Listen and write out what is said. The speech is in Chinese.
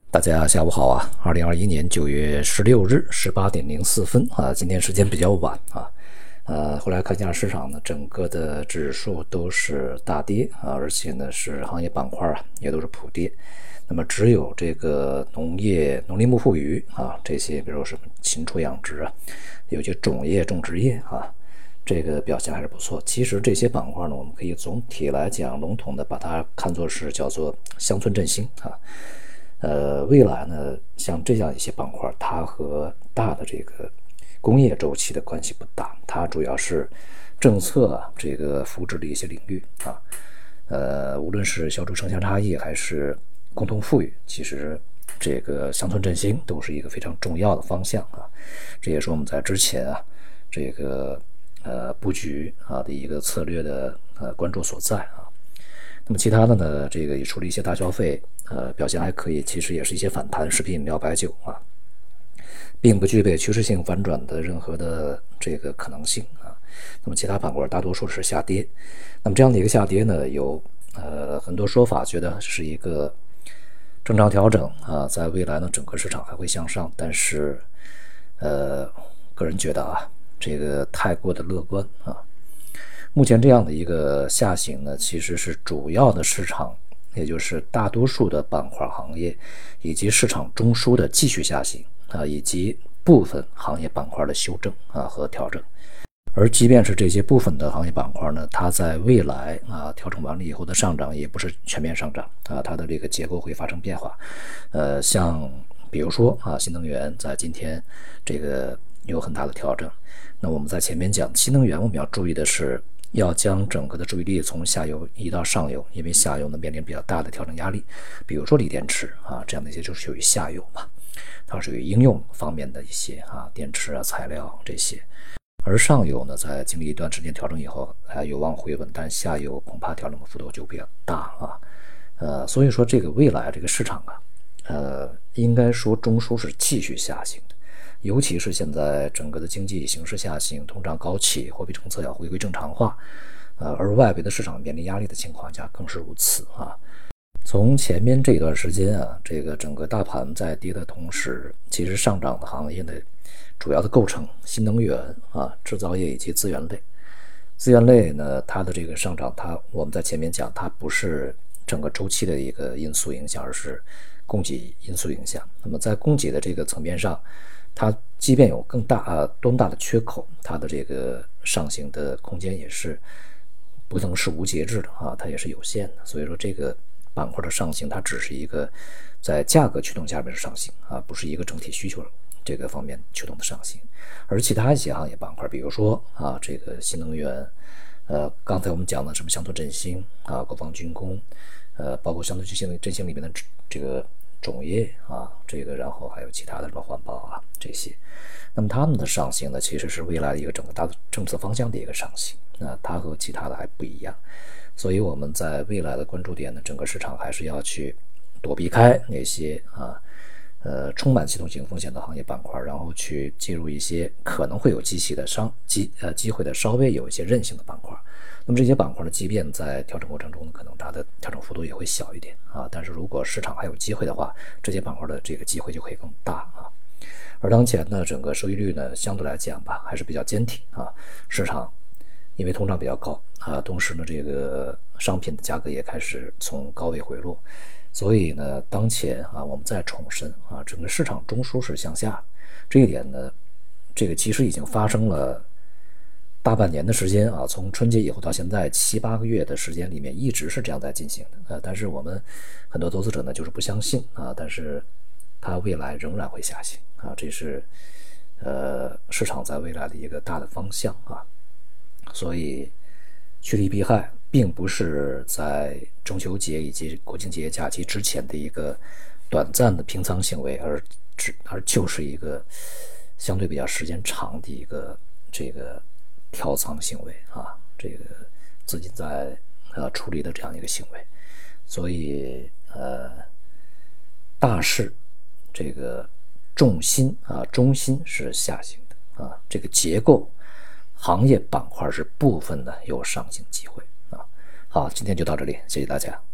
大家下午好啊！2021年9月16日18:04啊，今天时间比较晚啊。后来看一下市场呢，整个的指数都是大跌啊，而且呢是行业板块啊也都是普跌。那么只有这个农业、农林牧副渔啊这些，比如什么禽畜养殖啊，有些种业、种植业啊，这个表现还是不错。其实这些板块呢，我们可以总体来讲，笼统的把它看作是叫做乡村振兴啊。未来呢，像这样一些板块，它和大的这个工业周期的关系不大，它主要是政策这个扶持的一些领域啊。无论是消除城乡差异还是共同富裕，其实这个乡村振兴都是一个非常重要的方向啊。这也是我们在之前啊这个布局啊的一个策略的关注所在啊。那么其他的呢，这个也除了一些大消费，表现还可以，其实也是一些反弹，食品饮料、白酒啊，并不具备趋势性反转的任何的这个可能性啊。那么其他板块大多数是下跌，那么这样的一个下跌呢，有很多说法觉得是一个正常调整啊，在未来呢整个市场还会向上，但是个人觉得啊，这个太过的乐观啊。目前这样的一个下行呢，其实是主要的市场，也就是大多数的板块行业以及市场中枢的继续下行啊，以及部分行业板块的修正啊和调整。而即便是这些部分的行业板块呢，它在未来啊调整完了以后的上涨也不是全面上涨啊，它的这个结构会发生变化。像比如说啊，新能源在今天这个有很大的调整。那我们在前面讲新能源，我们要注意的是，要将整个的注意力从下游移到上游，因为下游呢面临比较大的调整压力。比如说锂电池啊，这样的一些就是属于下游嘛，它属于应用方面的一些啊电池啊材料这些。而上游呢，在经历一段时间调整以后，有望回稳，但下游恐怕调整的幅度就比较大啊。所以说这个未来这个市场啊，应该说中枢是继续下行的。尤其是现在整个的经济形势下行，通胀高企，货币政策要回归正常化，而外围的市场面临压力的情况下更是如此啊。从前面这段时间啊，这个整个大盘在跌的同时，其实上涨的行业的主要的构成，新能源啊、制造业以及资源类。资源类呢，它的这个上涨，我们在前面讲，它不是整个周期的一个因素影响，而是供给因素影响。那么在供给的这个层面上，它即便有多么大的缺口，它的这个上行的空间也是不能是无节制的啊，它也是有限的。所以说这个板块的上行，它只是一个在价格驱动下面的上行啊，不是一个整体需求这个方面驱动的上行。而其他一些行业板块，比如说啊这个新能源，刚才我们讲的什么乡村振兴啊、国防军工，包括乡村振兴里面的这个种业啊，这个然后还有其他的什么环保啊这些，那么他们的上行呢，其实是未来的一个整个大的政策方向的一个上行，那它和其他的还不一样，所以我们在未来的关注点呢，整个市场还是要去躲避开那些充满系统性风险的行业板块，然后去介入一些可能会有机会的稍微有一些韧性的板块。那么这些板块呢，即便在调整过程中，可能它的调整幅度也会小一点啊。但是如果市场还有机会的话，这些板块的这个机会就会更大啊。而当前呢，整个收益率呢，相对来讲吧，还是比较坚挺啊。市场因为通胀比较高啊，同时呢，这个商品的价格也开始从高位回落，所以呢，当前啊，我们再重申啊，整个市场中枢是向下，这一点呢，这个其实已经发生了大半年的时间啊，从春节以后到现在7、8个月的时间里面，一直是这样在进行的。但是我们很多投资者呢，就是不相信啊，但是它未来仍然会下行啊，这是市场在未来的一个大的方向啊。所以趋利避害，并不是在中秋节以及国庆节假期之前的一个短暂的平仓行为，而就是一个相对比较时间长的一个这个调仓行为啊，这个资金在处理的这样一个行为。所以大势这个重心啊中心是下行的啊，这个结构行业板块是部分的有上行机会啊。好，今天就到这里，谢谢大家。